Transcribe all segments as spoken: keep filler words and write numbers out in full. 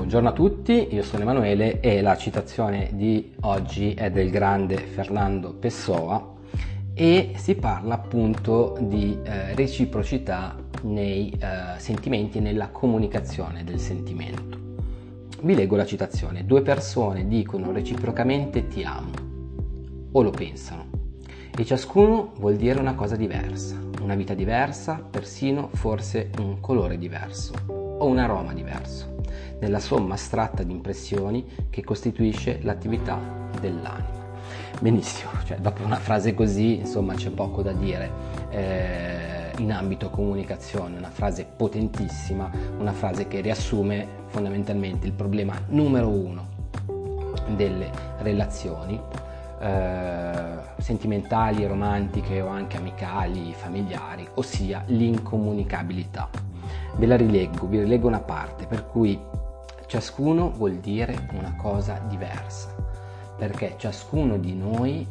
Buongiorno a tutti, io sono Emanuele e la citazione di oggi è del grande Fernando Pessoa e si parla appunto di eh, reciprocità nei eh, sentimenti e nella comunicazione del sentimento. Vi leggo la citazione: due persone dicono reciprocamente ti amo o lo pensano e ciascuno vuol dire una cosa diversa, una vita diversa, persino forse un colore diverso o un aroma diverso, nella somma astratta di impressioni che costituisce l'attività dell'anima. Benissimo, cioè dopo una frase così, insomma, c'è poco da dire eh, in ambito comunicazione, una frase potentissima, una frase che riassume fondamentalmente il problema numero uno delle relazioni eh, sentimentali, romantiche o anche amicali, familiari, ossia l'incomunicabilità. Ve la rileggo, vi rileggo una parte per cui ciascuno vuol dire una cosa diversa, perché ciascuno di noi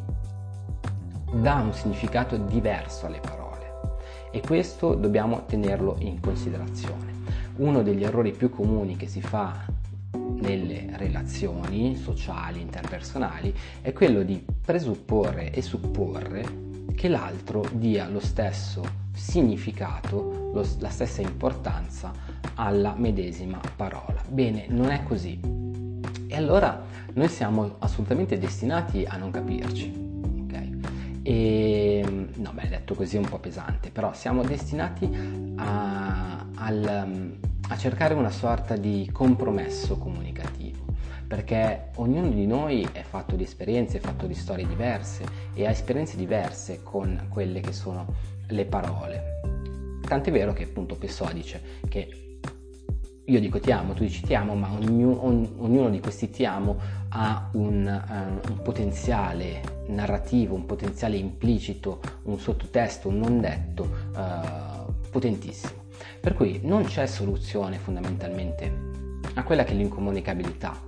dà un significato diverso alle parole e questo dobbiamo tenerlo in considerazione. Uno degli errori più comuni che si fa nelle relazioni sociali, interpersonali, è quello di presupporre e supporre che l'altro dia lo stesso significato, lo, la stessa importanza alla medesima parola. Bene, non è così. E allora noi siamo assolutamente destinati a non capirci, ok? E no, beh, detto così è un po' pesante, però siamo destinati a, al, a cercare una sorta di compromesso comunicativo, perché ognuno di noi è fatto di esperienze, è fatto di storie diverse e ha esperienze diverse con quelle che sono le parole. Tant'è vero che appunto Pessoa dice che io dico ti amo, tu dici ti amo, ma ognuno, ognuno di questi ti amo ha un, uh, un potenziale narrativo, un potenziale implicito, un sottotesto, un non detto uh, potentissimo. Per cui non c'è soluzione fondamentalmente a quella che è l'incomunicabilità.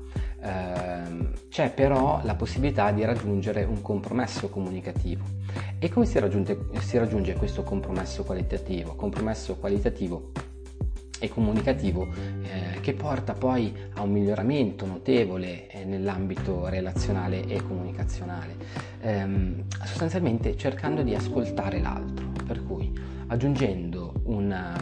Uh, c'è però la possibilità di raggiungere un compromesso comunicativo. E come si raggiunge, si raggiunge questo compromesso qualitativo? Compromesso qualitativo e comunicativo eh, che porta poi a un miglioramento notevole eh, nell'ambito relazionale e comunicazionale, ehm, sostanzialmente cercando di ascoltare l'altro, per cui aggiungendo una,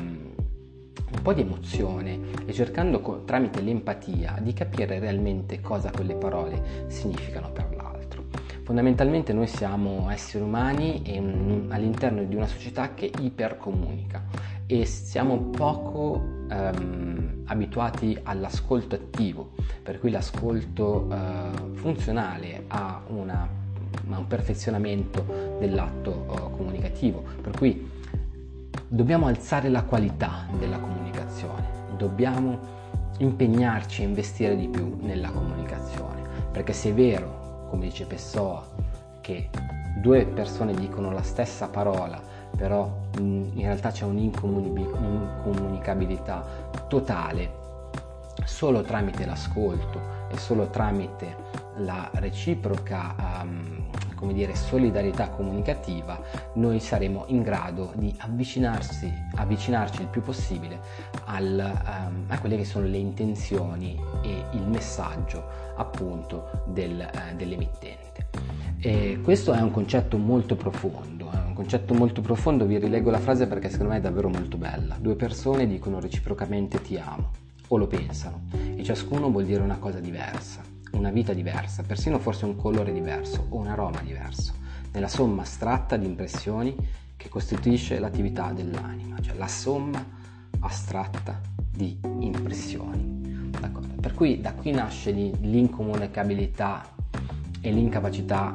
un po' di emozione e cercando co- tramite l'empatia di capire realmente cosa quelle parole significano per l'altro. Fondamentalmente noi siamo esseri umani e un, all'interno di una società che ipercomunica e siamo poco ehm, abituati all'ascolto attivo, per cui l'ascolto eh, funzionale ha, una, ha un perfezionamento dell'atto eh, comunicativo, per cui dobbiamo alzare la qualità della comunicazione, dobbiamo impegnarci a investire di più nella comunicazione, perché se è vero, come dice Pessoa, che due persone dicono la stessa parola però in realtà c'è un'incomunicabilità totale, solo tramite l'ascolto e solo tramite la reciproca um, come dire, solidarietà comunicativa noi saremo in grado di avvicinarsi, avvicinarci il più possibile al, um, a quelle che sono le intenzioni e il messaggio appunto del, uh, dell'emittente. E questo è un concetto molto profondo, è un concetto molto profondo, vi rileggo la frase perché secondo me è davvero molto bella. Due persone dicono reciprocamente ti amo o lo pensano e ciascuno vuol dire una cosa diversa, una vita diversa, persino forse un colore diverso o un aroma diverso, nella somma astratta di impressioni che costituisce l'attività dell'anima, cioè la somma astratta di impressioni. D'accordo? Per cui da qui nasce l'incomunicabilità e l'incapacità,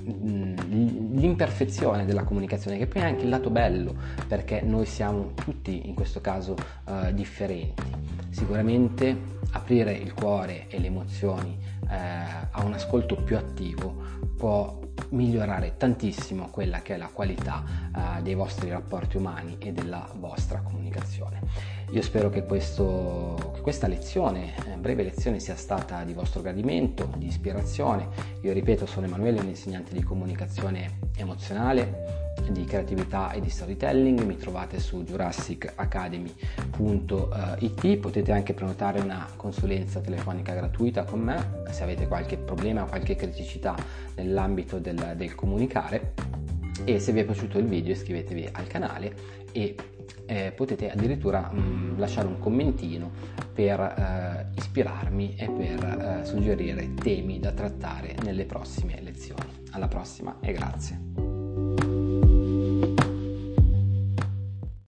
l'imperfezione della comunicazione, che poi è anche il lato bello, perché noi siamo tutti in questo caso uh, differenti. Sicuramente aprire il cuore e le emozioni uh, a un ascolto più attivo può migliorare tantissimo quella che è la qualità uh, dei vostri rapporti umani e della vostra comunicazione. Io spero che, questo, che questa lezione, eh, breve lezione, sia stata di vostro gradimento, di ispirazione. Io ripeto, sono Emanuele, un insegnante di comunicazione emozionale, di creatività e di storytelling. Mi trovate su jurassic academy punto it. Potete anche prenotare una consulenza telefonica gratuita con me se avete qualche problema o qualche criticità nell'ambito del, del comunicare. E se vi è piaciuto il video, iscrivetevi al canale e eh, potete addirittura mh, lasciare un commentino per eh, ispirarmi e per eh, suggerire temi da trattare nelle prossime lezioni. Alla prossima e grazie.